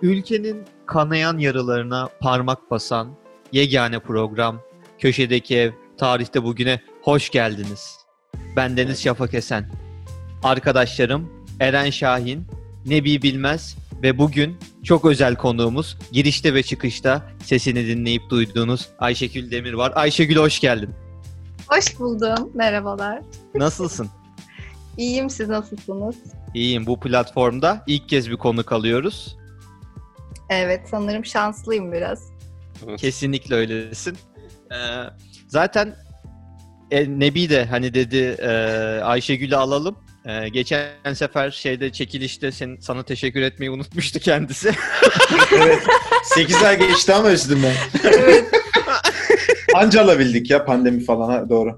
Ülkenin kanayan yaralarına parmak basan yegane program Köşedeki Ev tarihte bugüne hoş geldiniz. Ben Deniz Şafak Esen. Arkadaşlarım Eren Şahin, Nebi Bilmez ve bugün çok özel konuğumuz girişte ve çıkışta sesini dinleyip duyduğunuz Ayşegül Demir var. Ayşegül hoş geldin. Hoş buldum. Merhabalar. Nasılsın? İyiyim. Siz nasılsınız? İyiyim. Bu platformda ilk kez bir konuk alıyoruz. Evet, sanırım şanslıyım biraz. Kesinlikle öylesin. Zaten Nebi de hani dedi Ayşegül'ü alalım. Geçen sefer çekilişte sana teşekkür etmeyi unutmuştu kendisi. Evet. 8 ay geçti ama üstünden. Evet. Anca alabildik ya pandemi falan, ha, doğru.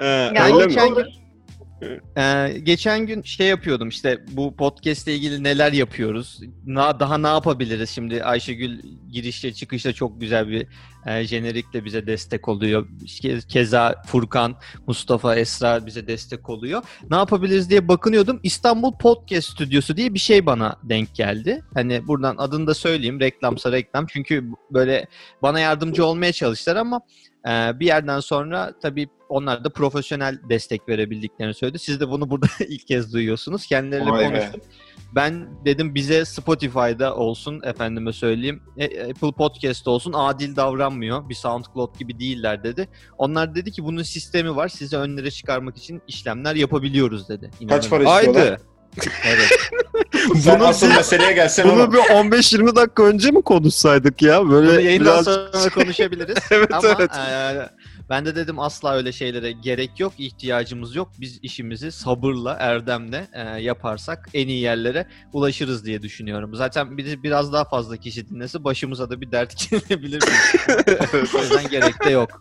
Geçen gün yapıyordum işte bu podcast ile ilgili neler yapıyoruz, daha ne yapabiliriz şimdi. Ayşegül girişte çıkışta çok güzel bir jenerikle bize destek oluyor. Keza Furkan, Mustafa, Esra bize destek oluyor. Ne yapabiliriz diye bakınıyordum. İstanbul Podcast Stüdyosu diye bir şey bana denk geldi. Hani buradan adını da söyleyeyim, reklamsa reklam. Çünkü böyle bana yardımcı olmaya çalıştılar ama bir yerden sonra tabii onlar da profesyonel destek verebildiklerini söyledi. Siz de bunu burada ilk kez duyuyorsunuz. Kendileriyle konuştum. Ben dedim bize Spotify'da olsun, efendime söyleyeyim, Apple Podcast'ta olsun, adil davranmıyor. Bir SoundCloud gibi değiller dedi. Onlar dedi ki bunun sistemi var. Size önlere çıkarmak için işlemler yapabiliyoruz dedi. Kaç para istiyorlar? Haydi. Evet. Sen asıl meseleye gelsen ama. Bunu bir 15-20 dakika önce mi konuşsaydık ya? Böyle bunu yayından biraz... sonra konuşabiliriz. Evet, ama evet. Ben de dedim asla öyle şeylere gerek yok, ihtiyacımız yok. Biz işimizi sabırla, erdemle yaparsak en iyi yerlere ulaşırız diye düşünüyorum. Zaten biraz daha fazla kişi dinlese başımıza da bir dert gelebilir. O yüzden gerek de yok.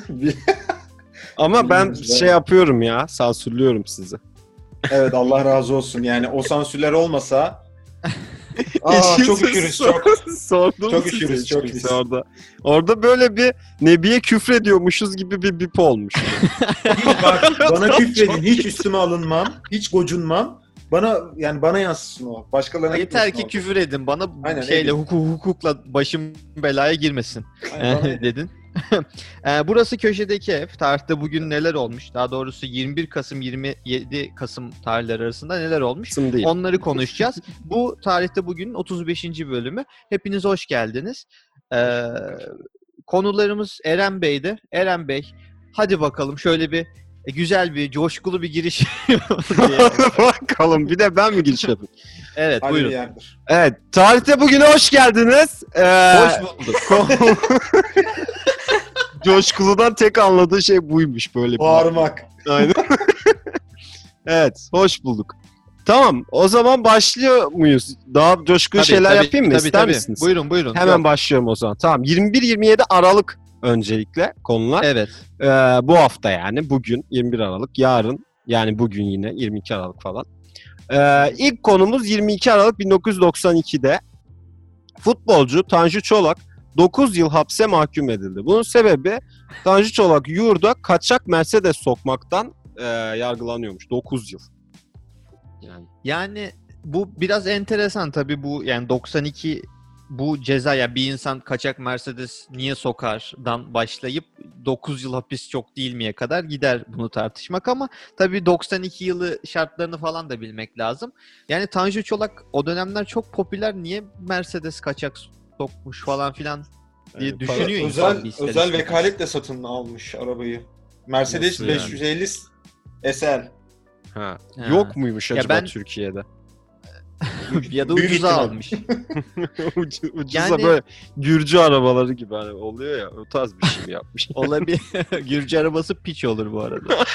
Ama ben yapıyorum ya, sansürlüyorum sizi. Evet, Allah razı olsun. Yani o sansürler olmasa çok üşürüz, çok üşürüz, çok üşürüz. Orada böyle bir Nebi'ye küfrediyormuşuz gibi bir bip olmuş. Bak, bana küfredin, hiç üstüme alınmam, hiç gocunmam. Bana yansısın o. Başkalarına yeter ki küfür edin bana. Aynen, hukukla başım belaya girmesin. Dedin. Burası Köşedeki Ev. Tarihte bugün neler olmuş? Daha doğrusu 21 Kasım 27 Kasım tarihleri arasında neler olmuş? Onları konuşacağız. Bu tarihte bugün 35. bölümü. Hepiniz hoş geldiniz. Konularımız Eren Bey'de. Eren Bey, hadi bakalım şöyle bir güzel bir, coşkulu bir giriş. Bakalım, bir de ben mi giriş yapayım? Evet, hadi buyurun. Yardır. Evet, tarihte bugüne hoş geldiniz. Hoş bulduk. Coşkulu'dan tek anladığı şey buymuş böyle. Bağırmak. Aynen. Evet, hoş bulduk. Tamam, o zaman başlıyor muyuz? Daha coşkulu şeyler yapayım mı? İster misiniz? Buyurun. Hemen başlıyorum o zaman. Tamam, 21-27 Aralık öncelikle konular. Evet. Bu hafta yani, bugün 21 Aralık, yarın yani bugün yine 22 Aralık falan. İlk konumuz 22 Aralık 1992'de futbolcu Tanju Çolak 9 yıl hapse mahkum edildi. Bunun sebebi Tanju Çolak yurda kaçak Mercedes sokmaktan yargılanıyormuş. 9 yıl. Yani bu biraz enteresan tabii, bu yani 92 bu ceza, yani bir insan kaçak Mercedes niye sokardan başlayıp 9 yıl hapis çok değil miye kadar gider bunu tartışmak, ama tabii 92 yılı şartlarını falan da bilmek lazım. Yani Tanju Çolak o dönemler çok popüler, niye Mercedes kaçak sokmuş falan filan diye düşünüyor insan. Özel vekaletle satın almış arabayı. Mercedes Nasıl 550 SL. Ha. Yok muymuş acaba Türkiye'de? Ya da ucuza almış. Ucuza yani, böyle Gürcü arabaları gibi hani oluyor ya, o tarz bir şey yapmış. Olabilir. Gürcü arabası piç olur bu arada.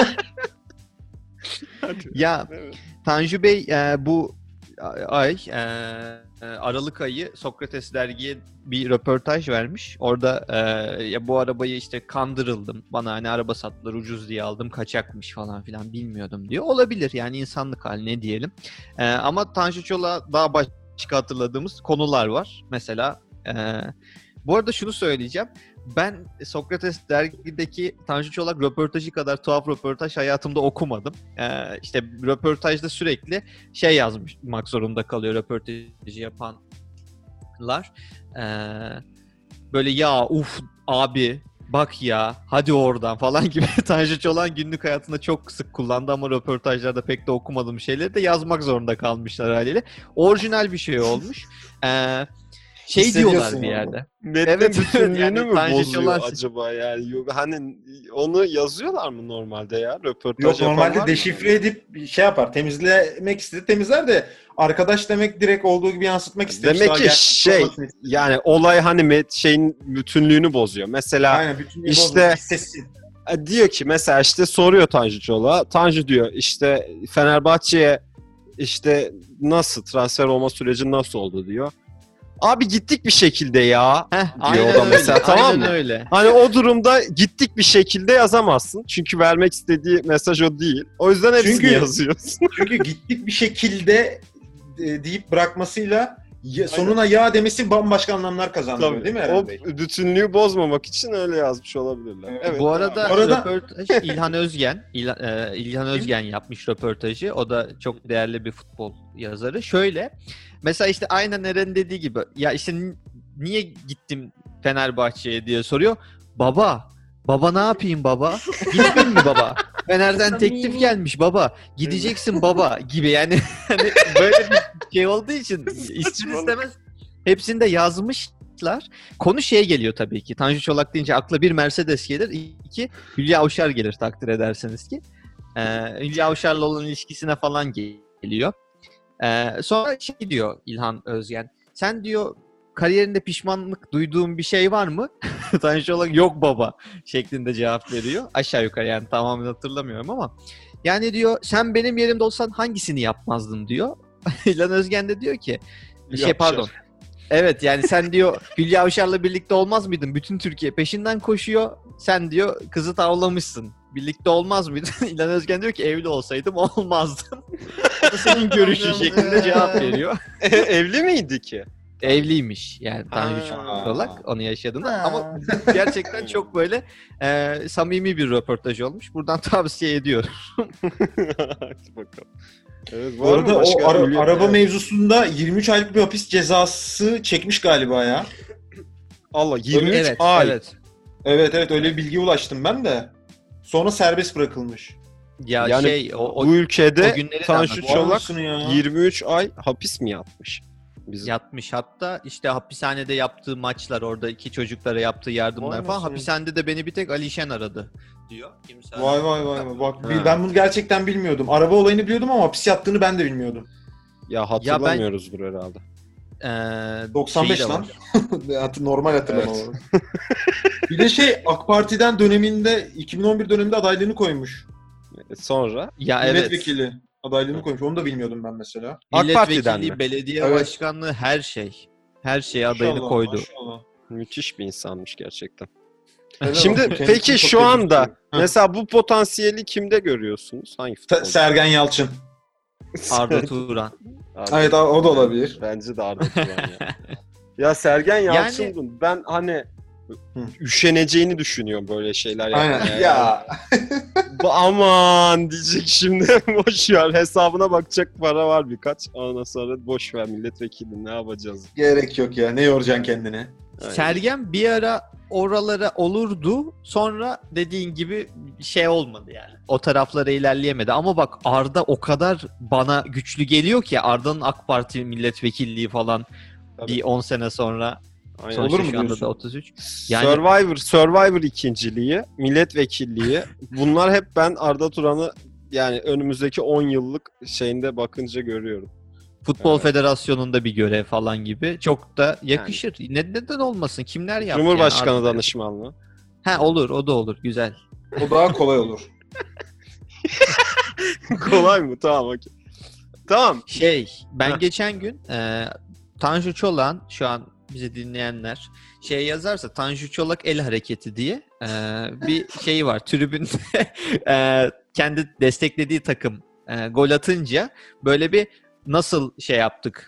Ya Tanju Bey bu ay Aralık ayı Sokrates dergiye bir röportaj vermiş. Orada ya bu arabayı işte kandırıldım. Bana hani araba sattılar ucuz diye aldım, kaçakmış falan filan, bilmiyordum diyor. Olabilir yani, insanlık hali, ne diyelim. Ama Tanju Çolak'a daha başka hatırladığımız konular var. Mesela bu arada şunu söyleyeceğim. Ben Sokrates dergideki Tanju Çolak röportajı kadar tuhaf röportaj hayatımda okumadım. İşte röportajda sürekli yazmak zorunda kalıyor röportajı yapan Böyle ya abi bak ya hadi oradan falan gibi Tanju Çolak'ın günlük hayatında çok sık kullandı ama röportajlarda pek de okumadığım şeyleri de yazmak zorunda kalmışlar haliyle. Orijinal bir şey olmuş. Şey diyorlar bir yerde. Metnin bütünlüğünü yani mü Tanju bozuyor Çolak acaba yani? Yok, hani onu yazıyorlar mı normalde ya? Röportaj Yok, normalde yapanlar deşifre edip şey yapar. Temizlemek istedi temizler de arkadaş demek direkt olduğu gibi yansıtmak istemiş. Demek Daha ki gerçek olmasını istemiş. yani olay hani şeyin bütünlüğünü bozuyor. Mesela Aynen, bütünlüğü işte- bozmuş, sessiz. diyor ki mesela işte soruyor Tanju Çolak'a. Tanju diyor işte Fenerbahçe'ye işte nasıl transfer olma süreci nasıl oldu diyor. Abi gittik bir şekilde ya. aynen o da öyle. mesela, tamam aynen mı? öyle. Hani o durumda gittik bir şekilde yazamazsın. Çünkü vermek istediği mesaj o değil. O yüzden hepsini Çünkü- yazıyorsun. Çünkü gittik bir şekilde deyip bırakmasıyla sonuna ya demesi bambaşka anlamlar kazandırıyor değil mi O Eren Bey? bütünlüğü bozmamak için öyle yazmış olabilirler. Evet. Bu arada, Bu arada- röportaj İlhan Özgen yapmış röportajı. O da çok değerli bir futbol yazarı. Şöyle mesela işte aynen Eren'in dediği gibi ya işte niye gittim Fenerbahçe'ye diye soruyor. Baba ne yapayım baba? Gitmeyeyim mi baba? Fener'den teklif gelmiş baba. Gideceksin baba gibi yani hani böyle bir şey olduğu için ister istemez hepsinde yazmışlar. Konu şeye geliyor tabii ki. Tanju Çolak deyince akla bir Mercedes gelir. 2 Hülya Avşar gelir takdir ederseniz ki. Hülya Avşar'la olan ilişkisine falan geliyor. Sonra şey diyor İlhan Özgen. Sen diyor kariyerinde pişmanlık duyduğun bir şey var mı? Tanju Çolak yok baba şeklinde cevap veriyor. Aşağı yukarı yani tamamen hatırlamıyorum ama. Yani diyor sen benim yerimde olsan hangisini yapmazdın diyor. İlhan Özgen de diyor ki pardon. Evet yani sen diyor Hülya Avşar'la birlikte olmaz mıydın? Bütün Türkiye peşinden koşuyor. Sen diyor kızı tavlamışsın. Birlikte olmaz mıydın? İlhan Özgen diyor ki evli olsaydım olmazdım. O da senin görüşün şeklinde cevap veriyor. Evli miydi ki? Evliymiş yani Tanju Çolak onu yaşadığında ama gerçekten çok böyle samimi bir röportaj olmuş. Buradan tavsiye ediyorum. Hadi bakalım. Evet, Bu arada o Hülya- araba mevzusunda 23 aylık bir hapis cezası çekmiş galiba ya. Allah 23 evet, ay. evet. Evet öyle bir bilgiye ulaştım ben de. Sonra serbest bırakılmış. Ya Yani şey o Bu ülkede günleri de Tanju anlatıyor. Vay Çolak anasını ya. 23 ay hapis mi yatmış? yatmış hatta işte hapishanede yaptığı maçlar orada iki çocuklara yaptığı yardımlar Vay falan. anasını. Hapishanede de beni bir tek Alişen aradı diyor. Kimse Vay aramadı. bak Ha. ben bunu gerçekten bilmiyordum. Araba olayını biliyordum ama hapis yattığını ben de bilmiyordum. Ya hatırlamıyoruzdur herhalde. 95 şeyi de lan. var. Normal hatırlama. Bir de AK Parti'den döneminde 2011 döneminde adaylığını koymuş. Sonra Ya evet. Milletvekili adaylığını koymuş. Onu da bilmiyordum ben mesela. AK Parti'den Milletvekilliği, mi? belediye Evet. başkanlığı her şey. Her şeye adayını Maşallah, koydu. maşallah. müthiş bir insanmış gerçekten. Helal Şimdi olsun. Kendisini peki çok şu tebrik anda ediyorum. Heh. mesela bu potansiyeli kimde görüyorsunuz? Hangi futbolcu? Sergen Yalçın. Arda Turan. Evet, o da olabilir. Bence de Arda Turan ya. Ya Sergen Yalçın'ın ben hani üşeneceğini düşünüyorum böyle şeyler yapmaya. Aynen. Ya. Aman diyecek şimdi boş ver hesabına bakacak para var birkaç. Ondan sonra boş ver milletvekili ne yapacağız? Gerek yok ya. Ne yoracaksın kendini? Aynen. Sergen bir ara oralara olurdu. Sonra dediğin gibi şey olmadı yani. O taraflara ilerleyemedi. Ama bak Arda o kadar bana güçlü geliyor ki Arda'nın AK Parti milletvekilliği falan Tabii. bir 10 sene sonra. Aynen. Sonuçta Olur mu şu anda diyorsun? da 33. Yani- Survivor ikinciliği, milletvekilliği bunlar hep ben Arda Turan'ı yani önümüzdeki 10 yıllık şeyinde bakınca görüyorum. Futbol Evet. Federasyonu'nda bir görev falan gibi. Çok da yakışır. Neden olmasın? Kimler yaptı? Cumhurbaşkanı yani Arda? danışmanlığı. Ha olur, o da olur. Güzel. O daha kolay olur. Kolay mı? Tamam okey. Tamam. Ben Heh. geçen gün Tanju Çolak'ın şu an bizi dinleyenler yazarsa Tanju Çolak el hareketi diye bir şeyi var. Tribünde kendi desteklediği takım gol atınca böyle bir nasıl yaptık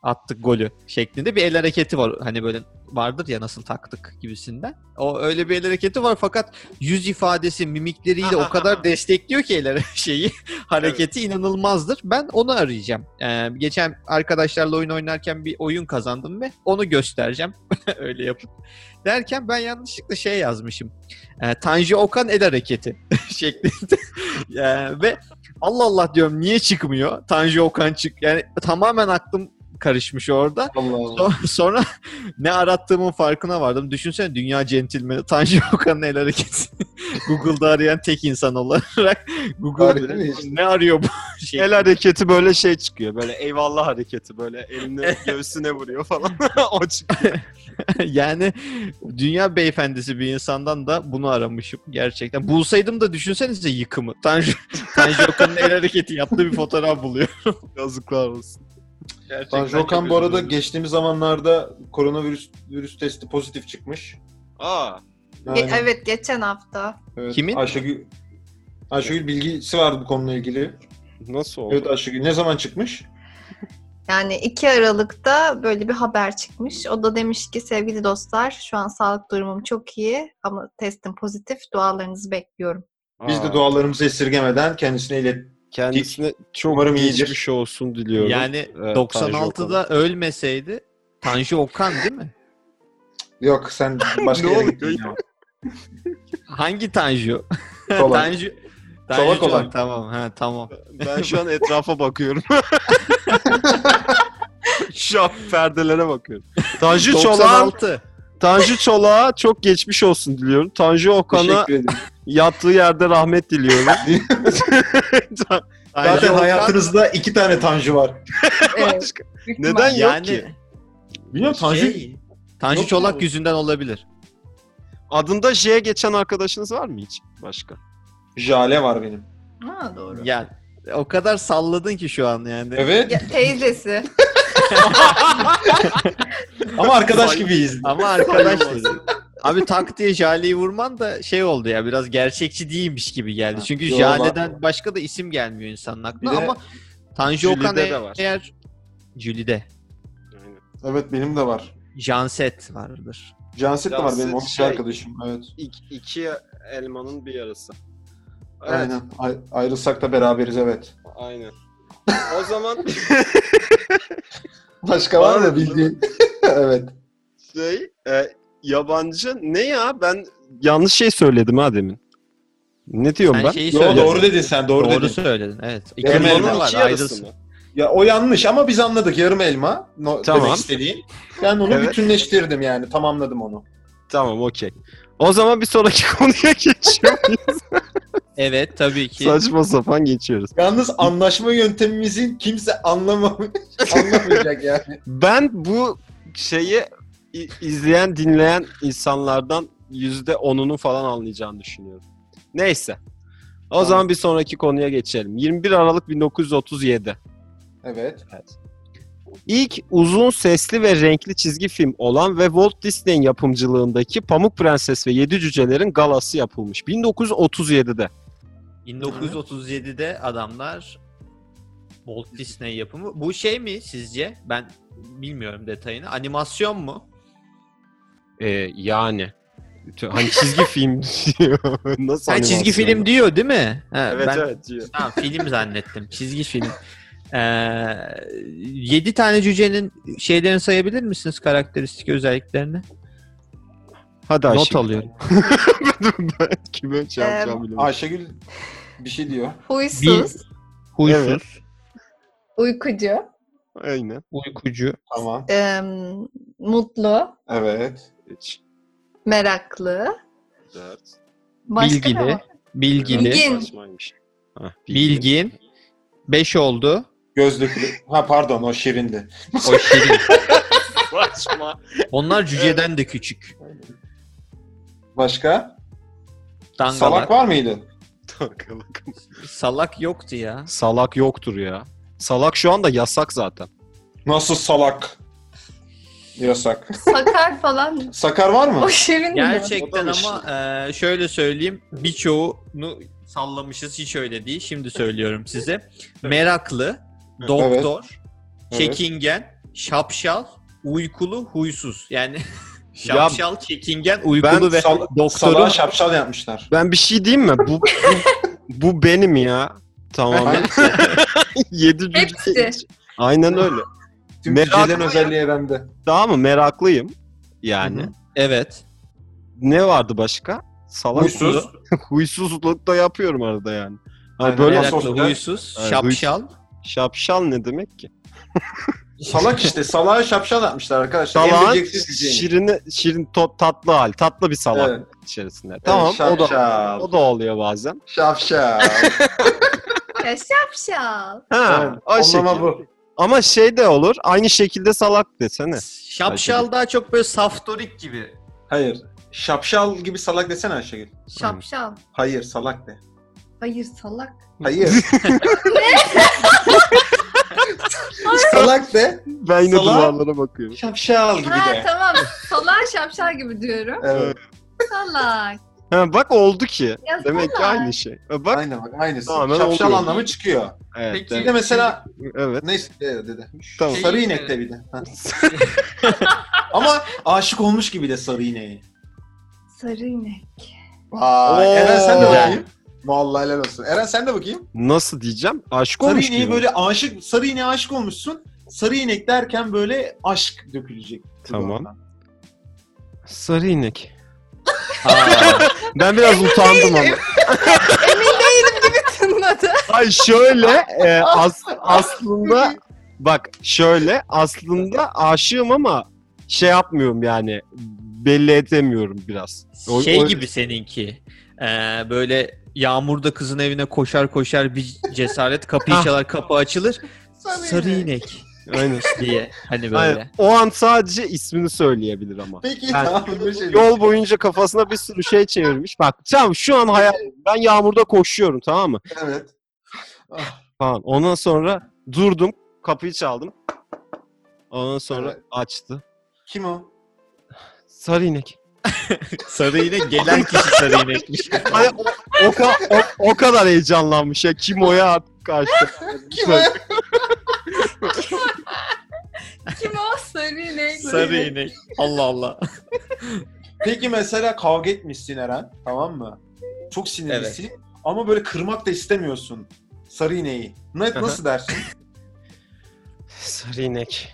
attık golü şeklinde bir el hareketi var. Hani böyle vardır ya nasıl taktık gibisinden. O öyle bir el hareketi var fakat yüz ifadesi, mimikleriyle o kadar destekliyor ki hareketi inanılmazdır. Ben onu arayacağım. Geçen arkadaşlarla oyun oynarken bir oyun kazandım ve onu göstereceğim. Öyle yapıp. Derken ben yanlışlıkla yazmışım. Tanju Okan el hareketi şeklinde. Ve Allah Allah diyorum niye çıkmıyor? Tanju Okan yani tamamen aklım karışmış orada. Allah. Sonra ne arattığımın farkına vardım. Düşünsene dünya centilmeni Tanju Okan'ın el hareketi. Google'da arayan tek insan olarak Google'da ne arıyor bu şey? El hareketi böyle çıkıyor. Böyle eyvallah hareketi. Böyle elini göğsüne vuruyor falan. O çıkıyor. Yani dünya beyefendisi bir insandan da bunu aramışım gerçekten. Bulsaydım da düşünsenize yıkımı. Tanju Okan'ın el hareketi yaptığı bir fotoğraf buluyorum. Yazıklar olsun. Tanju Okan bu arada geçtiğimiz zamanlarda koronavirüs testi pozitif çıkmış. Aa. Evet, geçen hafta. Evet, Kimin? Ayşegül bilgisi vardı bu konuyla ilgili. Nasıl oldu? Evet Ayşegül ne zaman çıkmış? Yani 2 Aralık'ta böyle bir haber çıkmış. O da demiş ki sevgili dostlar şu an sağlık durumum çok iyi ama testim pozitif. Dualarınızı bekliyorum. Biz de dualarımızı esirgemeden kendisine kendisine çok umarım geçmiş olsun diliyorum. Yani 96'da ölmeseydi Tanju Okan değil mi? Yok sen başka yere gittin ya. Hangi Tanju? Solak. Solak olan. Tamam. Tamam. Ben şu an etrafa bakıyorum. Şu an perdelere bakıyorum. Tanju Çolak'a çok geçmiş olsun diliyorum. Tanju Okan'a yattığı yerde rahmet diliyorum. Zaten hayatınızda 2 tane Tanju var. Evet. Neden yok ki? Bilmiyorum Tanju Çolak yüzünden olabilir. Adında J geçen arkadaşınız var mı hiç başka? Jale var benim. Ha, doğru. Yani o kadar salladın ki şu an yani. Evet. Ya, teyzesi. Ama arkadaş gibiyiz. Ama arkadaşız. Abi tak diye Jale'yi vurman da oldu ya biraz gerçekçi değilmiş gibi geldi. Çünkü Jale'den başka da isim gelmiyor insanın aklına ama Tanju Okan eğer Jülide. Evet benim de var. Janset vardır. Janset de var benim ofis arkadaşım. Evet. İki elmanın bir yarısı. Evet. Aynen. Ayrılsak da beraberiz evet. Aynen. O zaman başka var mı bildiğin? Evet. Yabancı ne ya? Ben yanlış söyledim ha demin. Ne diyorum ben? Doğru dedin sen. Doğru söyledin. Evet. Yarım elma var. Ayrılsın. Ya o yanlış ama biz anladık. Yarım elma. Tamam. Demek istediğin. Ben onu bütünleştirdim yani. Tamamladım onu. Tamam okey. O zaman bir sonraki konuya geçiyoruz. Evet tabii ki. Saçma sapan geçiyoruz. Yalnız anlaşma yöntemimizin kimse anlamayacak yani. Ben bu izleyen, dinleyen insanlardan %10'unu falan anlayacağını düşünüyorum. Neyse. O zaman bir sonraki konuya geçelim. 21 Aralık 1937. Evet. İlk uzun sesli ve renkli çizgi film olan ve Walt Disney'in yapımcılığındaki Pamuk Prenses ve Yedi Cücelerin galası yapılmış. 1937'de. 1937'de adamlar Walt Disney yapımı. Bu mi sizce? Ben bilmiyorum detayını. Animasyon mu? Yani. Hani çizgi film diyor. Nasıl animasyon? Çizgi film diyor değil mi? Evet diyor. Tamam film zannettim. Çizgi film. 7 tane cücenin şeylerini sayabilir misiniz? Karakteristik özelliklerini. Hadi Not alıyorum. Ben kime yapacağım bilmiyorum. Ayşegül bir şey diyor. Huysuz. Huysuz. Evet. Uykucu. Aynen. Uykucu. Tamam. Mutlu. Evet. Meraklı. 4. Başka ne var? Bilgili. Bilgin. Saçmaymış. Bilgin. 5 oldu. Gözlüklü. Pardon o şirindi. O şirin. Saçma. Onlar cüceden de küçük. Başka? Dangalak. Salak var mıydı? Salak yoktu ya. Salak yoktur ya. Salak şu anda yasak zaten. Nasıl salak? Yasak. Sakar falan. Sakar var mı? O şirin mi? Gerçekten ama şöyle söyleyeyim. Birçoğunu sallamışız. Hiç öyle değil. Şimdi söylüyorum size. Meraklı, doktor, Evet. çekingen, şapşal, uykulu, huysuz. Yani şapşal, çekingen, uykulu ve doktoru. Salağa şapşal yapmışlar. Ben bir şey diyeyim mi? Bu benim ya. Tamamen. 7 cüce. Hepsi. Aynen öyle. Tüm Meraklı cücelerin özelliği bende. Tamam mı? Meraklıyım. Yani. Hı hı. Evet. Ne vardı başka? Salak. Huysuz. Huysuzluk da yapıyorum arada yani. Hani Aynen, böyle meraklı. Meraklı, huysuz, Evet, şapşal. şapşal ne demek ki? Salak işte. Salağa şapşal yapmışlar arkadaşlar. En Salağın beceriksiz cüceyi. şirin tatlı hal. Tatlı bir salak Evet. içerisinde. Tamam, şapşal. o da oluyor bazen. Şapşal. Ya şapşal. Ha, Evet, o anlama şekil. bu. Ama şey de olur. Aynı şekilde salak desene. Şapşal daha çok böyle saftorik gibi. Hayır. Şapşal gibi salak desene Ayşegül. Şapşal. Hayır salak de. Hayır salak. Hayır. Salak de. Ben yine Salak. duvarlara bakıyorum. Şapşal gibi Ha de. tamam. Salak şapşal gibi diyorum. Evet. Salak. Ha, bak oldu ki. Ya Demek ki salak. aynı şey. Bak. Aynen bak aynısı. Tamamen Şapşal oluyor. anlamı çıkıyor. Evet. Peki- Bir de mesela Evet. neyse dedi. Tamam. Sarı inek de bir de. Ha. Ama aşık olmuş gibi de sarı ineği. Sarı inek. Vay. Oo. Eren sen de Güzel. bakayım. Vallahi helal olsun. Eren sen de bakayım. Nasıl diyeceğim? Aşık Sarı olmuş ineği gibi. böyle aşık, sarı ineğe aşık olmuşsun. Sarı inek derken böyle aşk dökülecek. Tamam. Sarı inek. Aa, Ben biraz utandım ama. Tınladı. Ay şöyle aslında bak şöyle aslında aşığım ama şey yapmıyorum yani belli edemiyorum biraz. şey gibi seninki. Böyle yağmurda kızın evine koşar koşar bir cesaret kapıyı Hah. çalar, kapı açılır. Sarı inek. inek Aynen. diye. Hani böyle. Aynen. O an sadece ismini söyleyebilir ama. Peki Yani tamam. Bir şey Yol boyunca kafasına bir sürü şey çevirmiş. Bak tamam şu an ben yağmurda koşuyorum tamam mı? Evet. Ah, Tamam. Ondan sonra durdum. Kapıyı çaldım. Ondan sonra Evet. açtı. kim o? Sarı inek. Sarı inek, gelen kişi sarı inekmiş. Hani o kadar heyecanlanmış ya. Kim o ya artık karşıda. Kim o? Kim o? Sarı inek. Sarı inek. Allah Allah. Peki mesela kavga etmişsin Eren. Tamam mı? Çok sinirlisin. Ama böyle kırmak da istemiyorsun. Sarı ineği. Nasıl dersin? Sarı inek.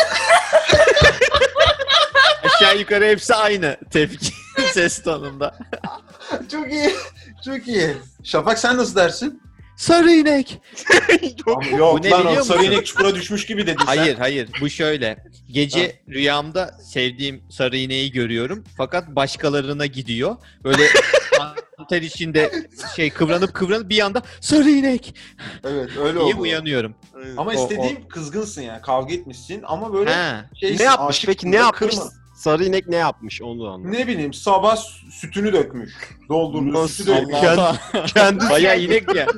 Aşağı yukarı hepsi aynı tepki ses tonunda. Çok iyi. Çok iyi. Şafak sen nasıl dersin? Sarı inek. Yok Bu ne lan biliyor o sarı musun? inek çukura düşmüş gibi dedin Hayır bu şöyle. Gece rüyamda sevdiğim sarı ineği görüyorum. Fakat başkalarına gidiyor. Böyle anten içinde kıvranıp bir anda sarı inek sen. Evet öyle diye oldu. uyanıyorum. Ama istediğim kızgınsın yani. Kavga etmişsin ama böyle Ha. Ne yapmış aşık peki? gibi Ne de yapmış? kırma. Sarı inek ne yapmış? Onu anlamadım. Ne bileyim sabah sütünü dökmüş. Doldurduğu Nasıl? sütü dökmüş. Allah. Kendisi Bayağı inek ya.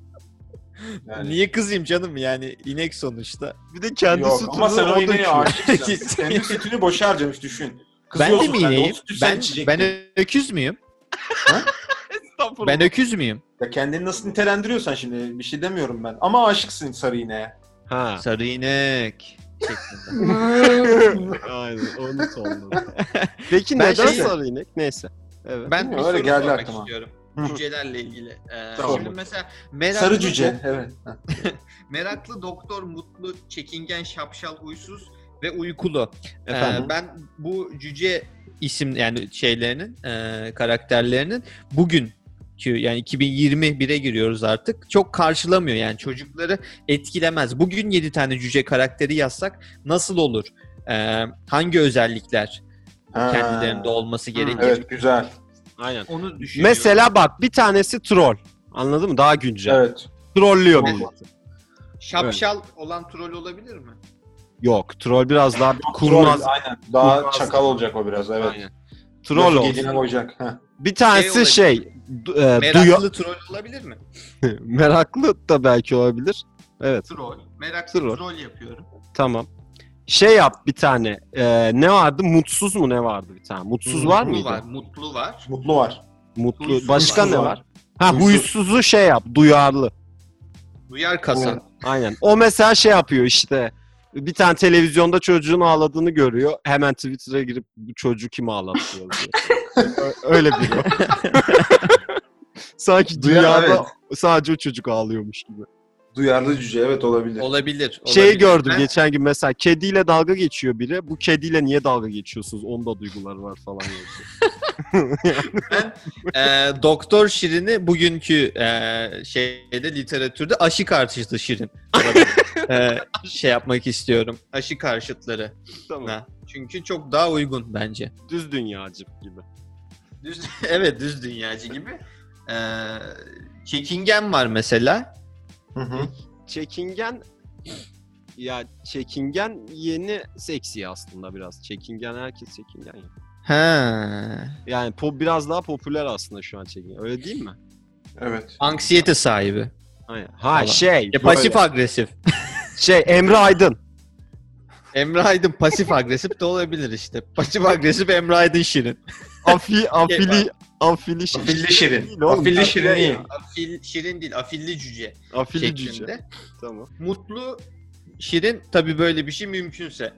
Yani. Niye kızayım canım, yani inek sonuçta. bir de kendi Yok sütünü ama sen o o da ineğe içiyor. aşıksın. Kendi sütünü boşa harcamış düşün. Ben de Kızıyorsun mi sen o ineğim? sütü sen Ben içecektin. öküz müyüm? Estağfurullah. Ben öküz müyüm? Ya kendini nasıl nitelendiriyorsan şimdi bir şey demiyorum ben. Ama aşıksın sarı ineğe. Ha. Sarı inek. şeklinde. Aynen onu sordum. Peki Ben neden şey- sarı inek? Neyse. Evet. Ben bir Öyle soru geldi sormak aklıma. istiyorum. Hı. Cücelerle ilgili. Tamam. Şimdi mesela meraklı, Sarı cüce. Evet. Ha. meraklı, doktor, mutlu, çekingen, şapşal, huysuz ve uykulu. Efendim? Ben bu cüce isim yani şeylerinin, karakterlerinin bugün yani 2021'e giriyoruz artık. Çok karşılamıyor yani, çocukları etkilemez. Bugün 7 tane cüce karakteri yazsak nasıl olur? Hangi özellikler Ha. kendilerinde olması gerekir? Evet güzel. Aynen. Onu düşünüyorum. Mesela bak bir tanesi troll. Anladın mı? Daha güncel. Evet. Trollüyor Evet. milleti. Şapşal olan troll olabilir mi? Yok. Troll biraz daha Troll, kurnaz. aynen. Daha Kurnaz. çakal olacak o biraz evet. Aynen. Troll Lafı olsun. gediğine koyacak. Ha. Bir tanesi olabilir. duyuyor. Meraklı troll olabilir mi? Meraklı da belki olabilir. Evet. Troll. Meraklı Troll. troll yapıyorum. Tamam. Şey yap bir tane. Ne vardı? Mutsuz mu ne vardı bir tane? Mutsuz var mıydı? Var, mutlu var. Mutlu var. Mutlu. Huysuz Başka var. ne var? Ha Huysuz. huysuzu şey yap. Duyarlı. Duyar kasa. Evet. Aynen. O mesela şey yapıyor işte. Bir tane televizyonda çocuğun ağladığını görüyor. Hemen Twitter'a girip bu çocuğu kim ağlattı yazıyor. Öyle biri o. Sanki dünyada evet. sadece o çocuk ağlıyormuş gibi. Duyarlı cüce, evet, olabilir. Olabilir. Şeyi gördüm Ben- geçen gün mesela, kediyle dalga geçiyor biri. Bu kediyle niye dalga geçiyorsunuz? Onda duyguları var falan yazıyor. Doktor Şirin'i bugünkü şeyde, literatürde aşı karşıtı Şirin. Şey yapmak istiyorum. Aşı karşıtları. Tamam. Ha. Çünkü çok daha uygun bence. Düz dünyacı gibi. Evet, düz dünyacı gibi. Çekingen var mesela. Hı hı. Çekingen, ya çekingen yeni seksi aslında biraz. Çekingen, herkes çekingen ya. Ha. Yani biraz daha popüler aslında şu an çekingen. Öyle değil mi? Evet. Anksiyete sahibi. Aynen. Falan. Pasif böyle. agresif. Emre Aydın. Emre Aydın pasif agresif de olabilir işte. Pasif agresif Emre Aydın Şirin. Afili Afilli Şirin. Değil oğlum. Afilli Şirin iyi. Şirin değil, afilli cüce Afili şeklinde. cüce. Tamam. Mutlu Şirin, tabii böyle bir şey mümkünse.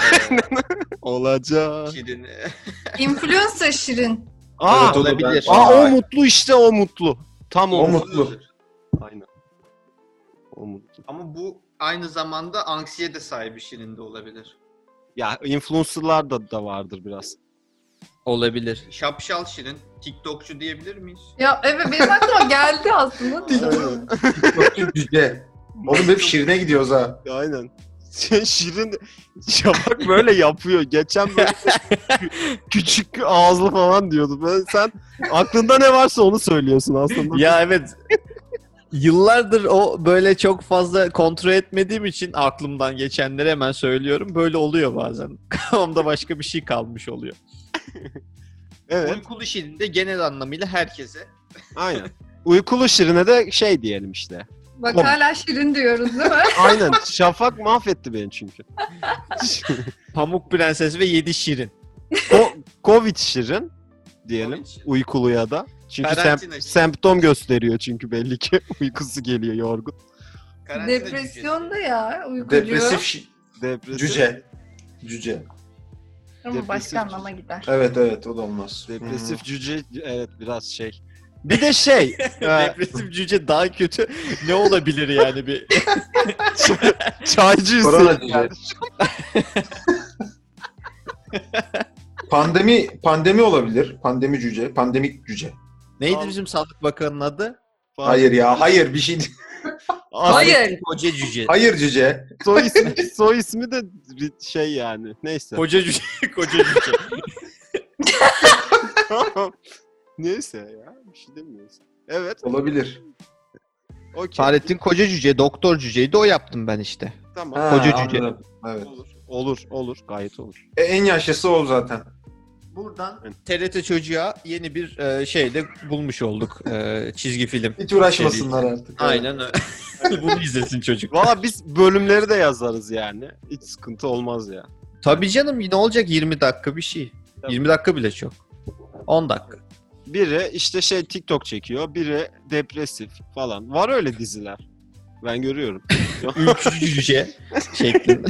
Olacak. Şirin. Influencer Şirin. Aa, Evet, olabilir. o mutlu işte, o mutlu. Tam O mutlu. Aynen. O mutlu. Ama bu aynı zamanda anksiyete sahibi Şirin de olabilir. Ya influencer'lar da vardır biraz. Olabilir. Şapşal Şirin, TikTokçu diyebilir miyiz? Ya evet, benim aklıma geldi aslında. Doktor cüce. Oğlum hep Şirin'e gidiyoruz ha. Aynen. Şirin Şafak böyle yapıyor. Geçen böyle küçük ağızlı falan diyordu. Sen aklında ne varsa onu söylüyorsun aslında. Ya evet. Yıllardır o böyle çok fazla kontrol etmediğim için aklımdan geçenleri hemen söylüyorum. Böyle oluyor bazen. Kafamda başka bir şey kalmış oluyor. Evet. Uykulu Şirin de genel anlamıyla herkese. Aynen. Uykulu Şirin'e de şey diyelim işte. Bak hala Şirin diyoruz değil mi? Aynen. Şafak mahvetti beni çünkü. Pamuk Prenses ve 7 Şirin. Covid Şirin diyelim. Covid Şirin. Uykuluya da. Çünkü Karantina Şirin. semptom gösteriyor çünkü belli ki uykusu geliyor, yorgun. Karantina Depresyonda ya uykucu. Depresif Depresif. cüce. Cüce. Ama depresif başka anlama gider. Evet, o da olmaz. Depresif cüce, evet biraz şey. Bir de şey. Depresif cüce daha kötü. Ne olabilir yani bir? Çaycı Korona Hüseyin. cüce. Pandemi olabilir. Pandemi cüce. Pandemik cüce. Neydi bizim Sağlık Bakanı'nın adı? Hayır ya, hayır bir şey. Hayır. Koca cüce. Hayır cüce. Soy ismi de şey yani. Neyse. Koca cüce. Koca cüce. Neyse ya. Bir şey demiyoruz. Evet. Olabilir. Okey. Fahrettin Koca Cüce, Doktor Cüce'ydi, o yaptım ben işte. Tamam. Ha, Koca cüce. anladım. Evet. Olur. Gayet olur. En yaşlısı o zaten. Buradan TRT Çocuğa yeni bir şeyde bulmuş olduk, çizgi film. Hiç uğraşmasınlar artık. Aynen öyle. Bunu izlesin çocuk. Valla biz bölümleri de yazarız yani. Hiç sıkıntı olmaz ya. Tabii canım, ne olacak 20 dakika bir şey. Tabii. 20 dakika bile çok. 10 dakika. Biri işte TikTok çekiyor, biri depresif falan. Var öyle diziler. Ben görüyorum. Ülkücü Cüce şeklinde.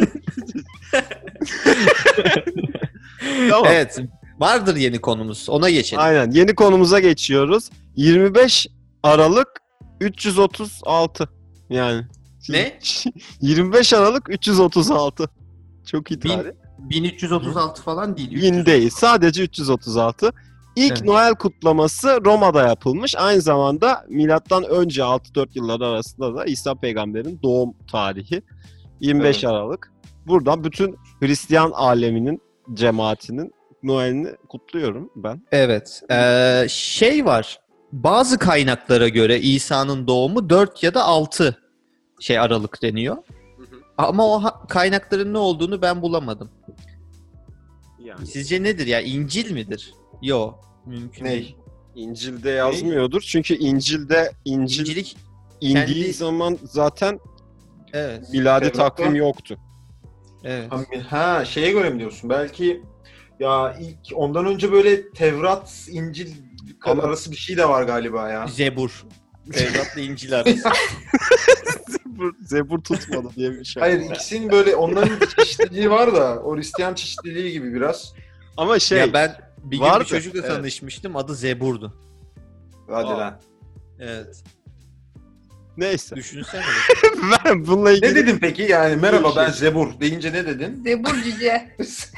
Tamam. Evet. Vardır yeni konumuz. Ona geçelim. Aynen. Yeni konumuza geçiyoruz. 25 Aralık 336. Yani. Ne? 25 Aralık 336. Çok iyi tarih. 1336 falan değil. Bin değil. Sadece 336. İlk Evet. Noel kutlaması Roma'da yapılmış. Aynı zamanda milattan önce 6-4 yılları arasında da İsa peygamberin doğum tarihi. 25 Evet. Aralık. Buradan bütün Hristiyan aleminin, cemaatinin Noel'ini kutluyorum ben. Evet. Şey var. Bazı kaynaklara göre İsa'nın doğumu 4 ya da 6 Aralık deniyor. Ama o kaynakların ne olduğunu ben bulamadım. Yani Sizce nedir ya? İncil midir? Yo. Mümkün Ne? değil. İncil'de yazmıyordur. Çünkü İncil İncilik, indiği kendi- zaman zaten evet. miladi Tevrat'ta- takvim yoktu. Evet. Ha, şeye göre mi diyorsun? Belki ya ilk ondan önce böyle Tevrat, İncil Ama- arası bir şey de var galiba ya. Zebur. Tevrat'la İncil arası. Zebur tutmadı diye bir şey. Hayır, ikisinin böyle onların bir çeşitliliği var da o Hristiyan çeşitliliği gibi biraz. Ama şey Ya ben bir gün vardı, bir çocukla evet. tanışmıştım. Adı Zebur'du. Hadi Aa. lan. Evet. neyse. Düşünsene. Ben bununla ilgili Ne dedin peki? Yani merhaba Bir şey. ben Zebur deyince ne dedin? Zebur cüce.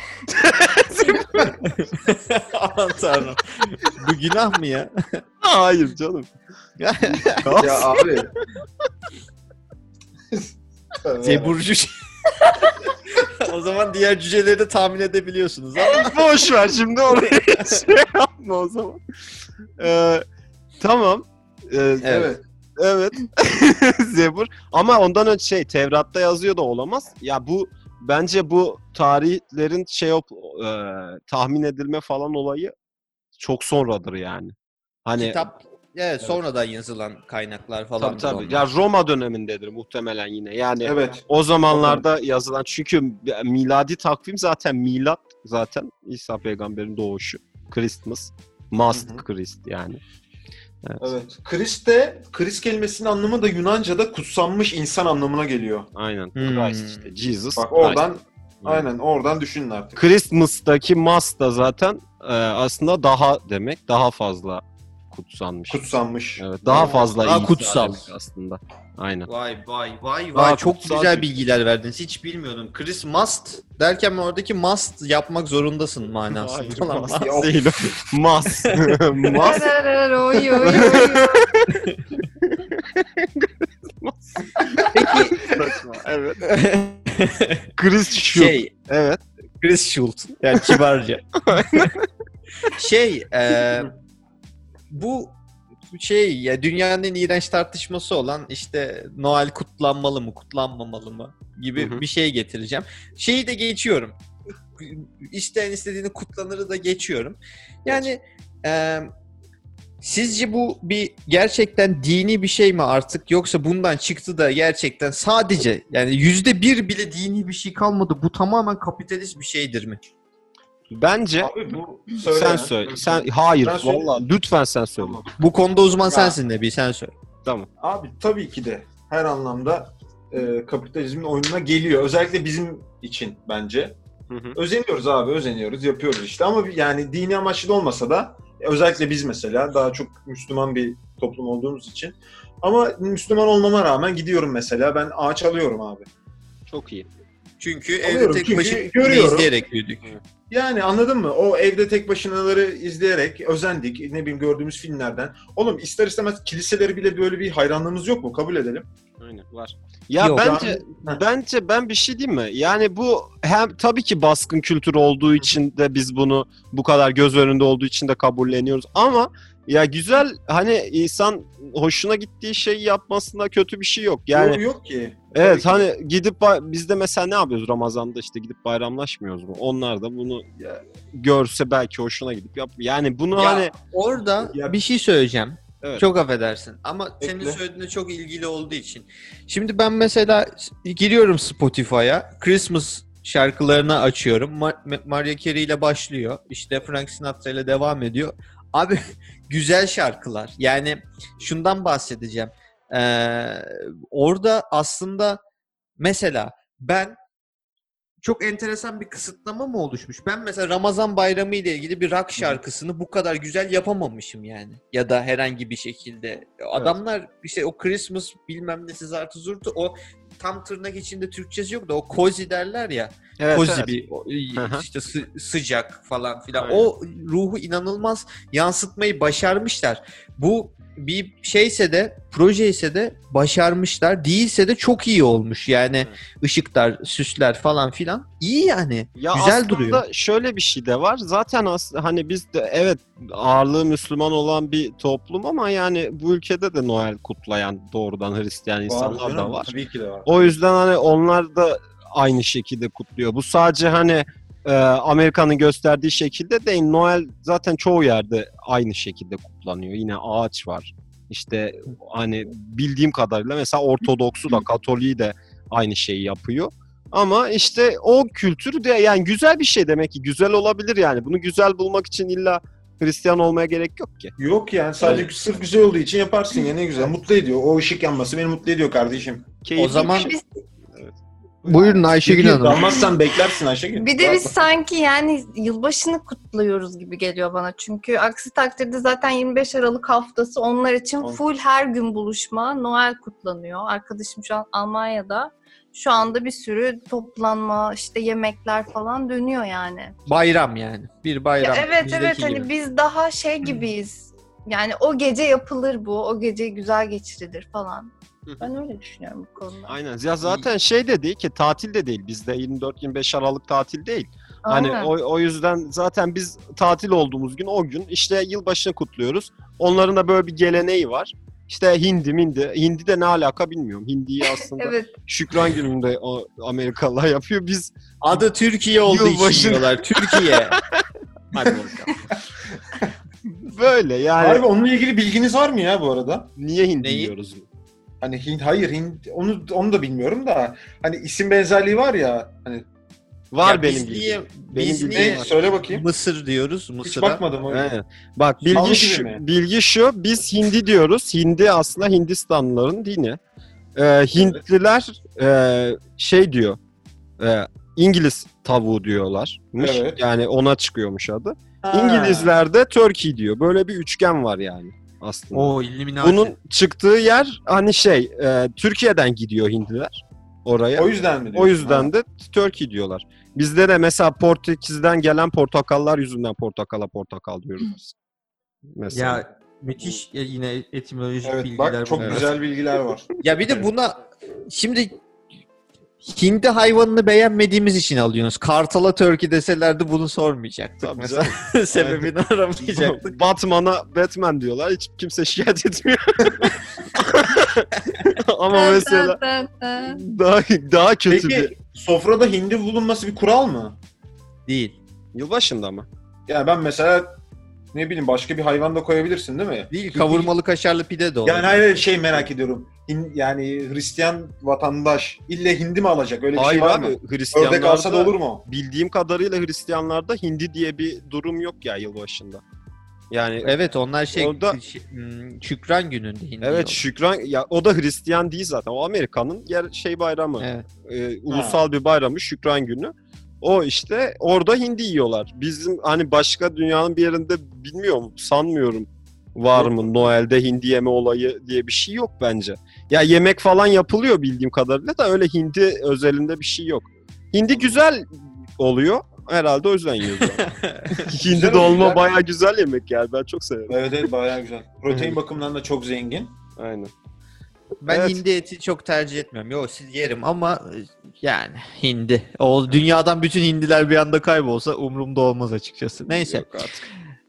Aman tanrım. Bu günah mı ya? Hayır canım. Ya abi. Zeburcu. O zaman diğer cüceleri de tahmin edebiliyorsunuz ama. Boş ver şimdi oraya şey yapma o zaman. Tamam. Evet. Evet. Zebur. Ama ondan önce Tevrat'ta yazıyor da olamaz. Ya bu bence bu tarihlerin tahmin edilme falan olayı çok sonradır yani. Hani Kitap sonradan yazılan kaynaklar falan. tabii. Ya Roma dönemindedir muhtemelen yine. Yani Evet. o zamanlarda yazılan, çünkü miladi takvim zaten milat, zaten İsa peygamberin doğuşu. Christmas. Must Hı hı. Christ yani. Evet. Christ kelimesinin anlamı da Yunanca'da kutsanmış insan anlamına geliyor. Aynen. Hmm. Christ işte. Jesus. Bak oradan Christ. aynen oradan düşünün artık. Christmas'taki must da zaten aslında daha demek. Daha fazla kutsanmış. Kutsanmış. Evet, daha fazla Daha İsa kutsal. demek aslında. Aynen. Vay çok kutsal güzel bir- bilgiler verdiniz. Hiç bilmiyordum. Chris must derken mi oradaki must yapmak zorundasın manasında. Olan must. Ya, Değil. Mas. Mas. Oy, oy, oy. Peki Evet. Chris Schultz. Evet. Chris Schultz. Yani kibarca. Bu ya dünyanın en iğrenç tartışması olan işte Noel kutlanmalı mı kutlanmamalı mı gibi Hı hı. bir şey getireceğim. Şeyi de geçiyorum. İsteyen istediğini kutlanırı da geçiyorum. Yani sizce bu bir gerçekten dini bir şey mi artık, yoksa bundan çıktı da gerçekten sadece yani %1 bile dini bir şey kalmadı, bu tamamen kapitalist bir şeydir mi? Bence Abi bu söyle sen ya. söyle. Hayır. Ben söyleyeyim. Vallahi lütfen sen söyle. Tamam. Bu konuda uzman Ya. sensin Nebi, sen söyle. Tamam. Abi tabii ki de her anlamda kapitalizmin oyununa geliyor. Özellikle bizim için bence. Hı hı. Özeniyoruz abi, özeniyoruz, yapıyoruz işte. Ama yani dini amaçlı olmasa da özellikle biz mesela daha çok Müslüman bir toplum olduğumuz için. Ama Müslüman olmama rağmen gidiyorum mesela. Ben ağaç alıyorum abi. Çok iyi. Çünkü Alıyorum, evde tek çünkü başına görüyorum. izleyerek büyüdük. Yani anladın mı? O evde tek başınaları izleyerek özendik. Ne bileyim gördüğümüz filmlerden. Oğlum ister istemez kiliseleri bile böyle bir hayranlığımız yok mu? Kabul edelim. Aynen var. Ya Yok. bence ben bir şey diyeyim mi? Yani bu hem tabii ki baskın kültür olduğu için de biz bunu bu kadar göz önünde olduğu için de kabulleniyoruz, ama ya güzel, hani insan hoşuna gittiği şeyi yapmasında kötü bir şey yok. Yani Yok ki. evet, Tabii ki. hani gidip biz de mesela ne yapıyoruz Ramazan'da, işte gidip bayramlaşmıyoruz mu? Onlar da bunu görse belki hoşuna gidip yap. Yani bunu Ya hani orada Ya- bir şey söyleyeceğim. Evet. Çok affedersin ama senin Bekle. söylediğine çok ilgili olduğu için. Şimdi ben mesela giriyorum Spotify'a, Christmas şarkılarını açıyorum. Mariah Carey ile başlıyor. İşte Frank Sinatra ile devam ediyor. Abi güzel şarkılar. Yani şundan bahsedeceğim. Orada aslında mesela ben çok enteresan bir kısıtlama mı oluşmuş? Ben mesela Ramazan bayramı ile ilgili bir rock şarkısını bu kadar güzel yapamamışım yani. Ya da herhangi bir şekilde. Adamlar işte o Christmas bilmem nesi zartı zurtu, o tam tırnak içinde Türkçesi yok da o cozy derler ya. evet, Cozy evet. bir Hı hı. işte sıcak falan filan. Aynen. O ruhu inanılmaz yansıtmayı başarmışlar. Bu bir şeyse de, proje ise de başarmışlar. Değilse de çok iyi olmuş. Yani ışıklar, süsler falan filan iyi yani. Ya Güzel aslında duruyor. şöyle bir şey de var. Zaten hani biz de evet ağırlığı Müslüman olan bir toplum, ama yani bu ülkede de Noel kutlayan doğrudan Hristiyan insanlar da canım, var. Tabii ki de var. O yüzden hani onlar da aynı şekilde kutluyor. Bu sadece hani Amerika'nın gösterdiği şekilde değil. Noel zaten çoğu yerde aynı şekilde kutlanıyor. Yine ağaç var. İşte hani bildiğim kadarıyla mesela Ortodoksu da Katoliği de aynı şeyi yapıyor. Ama işte o kültür de yani güzel bir şey, demek ki güzel olabilir yani. Bunu güzel bulmak için illa Hristiyan olmaya gerek yok ki. Yok yani sadece sırf güzel olduğu için yaparsın ya ne güzel. Mutlu ediyor. O ışık yanması beni mutlu ediyor kardeşim. O zaman Biz, buyurun Ayşegül Hanım. Dalmazsan beklersin Ayşegül. bir de biz sanki yani yılbaşını kutluyoruz gibi geliyor bana. Çünkü aksi takdirde zaten 25 Aralık haftası onlar için full her gün buluşma, Noel kutlanıyor. Arkadaşım şu an Almanya'da. Şu anda bir sürü toplanma, işte yemekler falan dönüyor yani. Bayram yani. Bir bayram. Ya evet Bizdeki evet gibi. hani biz daha şey gibiyiz. Yani o gece yapılır bu, o gece güzel geçirilir falan. Ben öyle düşünüyorum bu konuda. Aynen. Ya zaten şey de değil ki, tatil de değil. Bizde 24-25 Aralık tatil değil. Hani Aynen. o yüzden zaten biz tatil olduğumuz gün o gün işte yılbaşını kutluyoruz. Onların da böyle bir geleneği var. İşte hindi de ne alaka bilmiyorum. Hindiyi aslında Evet. Şükran Günü'nde o Amerikalılar yapıyor. Biz Adı Türkiye olduğu için Yılbaşı- yiyorlar. Türkiye. Hadi bakalım. böyle yani. Harbi onunla ilgili bilginiz var mı ya bu arada? Niye hindi Neyi? yiyoruz? Hani onu da bilmiyorum da hani isim benzerliği var ya hani Var Ya benim biz niye, bildiğim. biz Benim niye bildiğim ne söyle bakayım. Mısır diyoruz? Hiç Mısır'a. bakmadım o. Aynen. Bak Salı bilgi gibi mi? bilgi şu, biz hindi diyoruz. Hindi aslında Hindistanlıların dini. Hintliler şey diyor, İngiliz tavuğu diyorlar. Evet. Yani ona çıkıyormuş adı. Ha. İngilizler de Turkey diyor. Böyle bir üçgen var yani aslında. Oo, Illuminati. Bunun çıktığı yer hani Türkiye'den gidiyor hindiler oraya. O yüzden mi diyorsun? O yüzden de Turkey diyorlar. Bizde de mesela Portekiz'den gelen portakallar yüzünden portakal diyoruz biz. Mesela. Ya müthiş yine etimolojik Evet bilgiler. bak çok bunlar. güzel bilgiler var. Ya bir de buna şimdi hindi hayvanını beğenmediğimiz için alıyorsunuz. Kartala Turkey deselerdi bunu sormayacaktık. Tabii Mesela sebebini aramayacaktık. Batman'a Batman diyorlar. Hiç kimse şikayet etmiyor. Ama mesela daha kötü bir Peki sofrada hindi bulunması bir kural mı? Değil. yılbaşında mı? Yani ben mesela ne bileyim başka bir hayvan da koyabilirsin değil mi? Değil. Kavurmalı kaşarlı pide de olur. Yani hayır şey merak ediyorum. Yani Hristiyan vatandaş ille hindi mi alacak? Öyle bir Hayır şey var abi, mı? Ördek Hristiyanlarda alsa da olur mu? bildiğim kadarıyla Hristiyanlarda hindi diye bir durum yok ya yılbaşında. Yani Evet, onlar Orada- Şükran gününde hindi evet yiyorlar. Şükran ya o da Hristiyan değil zaten. O Amerika'nın bayramı. Evet. Ulusal bir bayramı Şükran Günü. O işte orada hindi yiyorlar. Bizim hani başka dünyanın bir yerinde bilmiyorum, sanmıyorum var mı Noel'de hindi yeme olayı diye bir şey yok bence. Ya yemek falan yapılıyor bildiğim kadarıyla da öyle hindi özelinde bir şey yok. Hindi güzel oluyor. Herhalde o yüzden yiyoruz. Hindi Güzel dolma oluyor. bayağı güzel yemek yani. Ben çok severim. Evet bayağı güzel. Protein bakımından da çok zengin. Aynen. Ben Evet. hindi eti çok tercih etmiyorum. Yok, siz yerim ama yani hindi. O dünyadan bütün hindiler bir anda kaybolsa umurumda olmaz açıkçası. Neyse. Yok artık.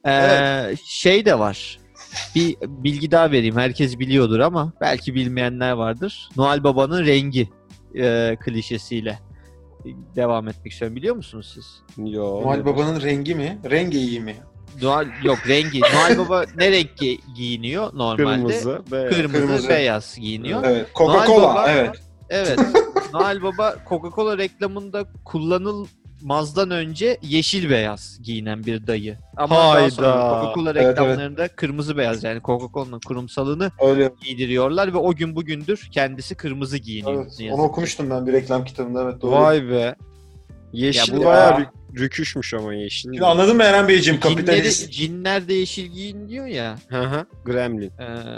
Şey de var. Bir bilgi daha vereyim. Herkes biliyordur ama belki bilmeyenler vardır. Noel Baba'nın rengi klişesiyle devam etmek istiyorum. Biliyor musunuz siz? Yo. Noel Baba'nın rengi mi? Rengi iyi mi? Rengi. Noel Baba ne renk giyiniyor normalde? Kırmızı, beyaz. Kırmızı. Beyaz giyiniyor. Evet. Noel Coca-Cola. Baba- Evet. Evet. Noel Baba Coca-Cola reklamında kullanılmazdan önce yeşil beyaz giyinen bir dayı. Ama daha sonra Hayda. Coca-Cola Evet, reklamlarında kırmızı beyaz, yani Coca-Cola'nın kurumsalını Öyle. giydiriyorlar ve o gün bugündür kendisi kırmızı giyiniyor. Evet. ne Onu yazık ki. okumuştum ben bir reklam kitabında. Evet doğru. Vay be. Yeşil Ya bu- bayağı Ya. rüküşmüş ama yeşil. Şimdi anladın mı Eren Beyciğim? Kapitalist. Cinler de yeşil giyiniyor ya. Hı hı. Gremlin.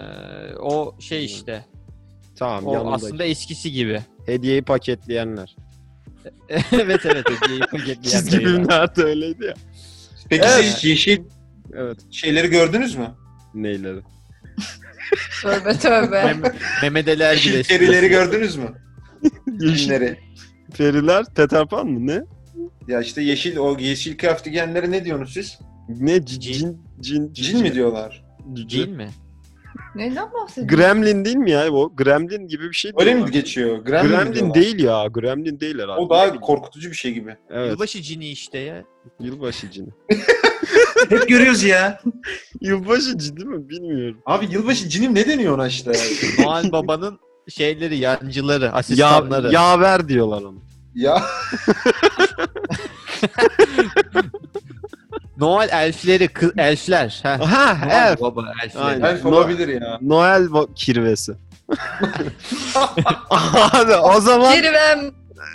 O şey işte. Tamam O yanındaki. aslında eskisi gibi. Hediyeyi paketleyenler. evet hediyeyi paketleyen Çizgi dayılar. filmlerde öyleydi ya. Peki Evet. siz yeşil Evet. şeyleri gördünüz mü? Neyleri? Tövbe tövbe. Mehmet Ali Erbil Yeşil esprisi. perileri gördünüz mü? Yeşil Cinleri. periler Peter Pan mı ne? Ya işte o yeşil kıyafet giyenlere ne diyorsunuz siz? Ne Cin mi diyorlar? Cin mi? Neden bahsediyorsun? Gremlin değil mi ya o? Gremlin gibi bir şey Öyle diyorlar. mi geçiyor? Gremlin, mi Gremlin diyorlar? değil ya. Gremlin değil herhalde. O daha korkutucu bir şey gibi. Evet. Yılbaşı cini işte ya. Yılbaşı cini. Hep görüyoruz ya. Yılbaşı cini mi? Bilmiyorum. Abi yılbaşı cinim ne deniyor ona işte? Noel Baba'nın şeyleri, yancıları, asistanları. Yaver diyorlar onu. Ya Noel elfleri, elfler. Ha. Ha, Noel elf. Baba elfleri. Aynen. Elf olabilir ya. Noel kirvesi. Hadi o zaman Kirvem.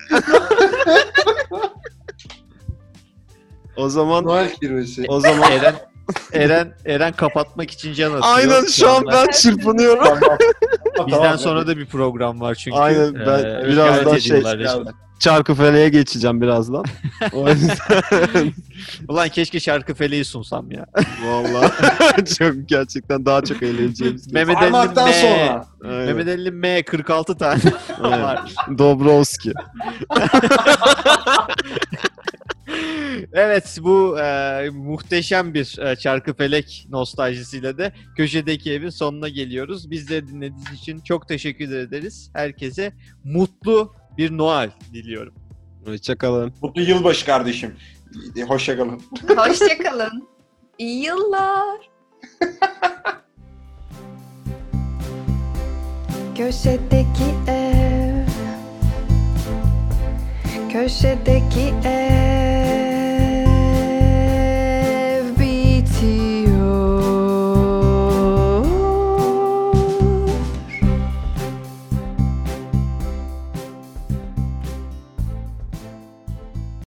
o zaman Noel kirvesi. o zaman Eren kapatmak için can atıyor. aynen şu an ben çırpınıyorum. Tamam. Bizden Tamam, sonra da bir program var çünkü. Aynen, ben biraz şikayet daha ediyorlar şey- resmen. Çarkıfele'ye geçeceğim birazdan. O yüzden Ulan keşke Şarkıfele'yi sunsam ya. vallahi çok gerçekten daha çok eğleneceğimiz. Mehmet Parmaktan Ali'nin M. sonra. Aynen. Mehmet Ali'nin M 46 tane Aynen. var. Dobrovski. Evet, bu muhteşem bir Çarkıfelek nostaljisiyle de köşedeki evin sonuna geliyoruz. Bizleri dinlediğiniz için çok teşekkür ederiz. Herkese mutlu bir Noel diliyorum. Hoşçakalın. Mutlu yılbaşı kardeşim. Hoşça kalın. Hoşçakalın. İyi yıllar. Köşedeki ev. Köşedeki ev.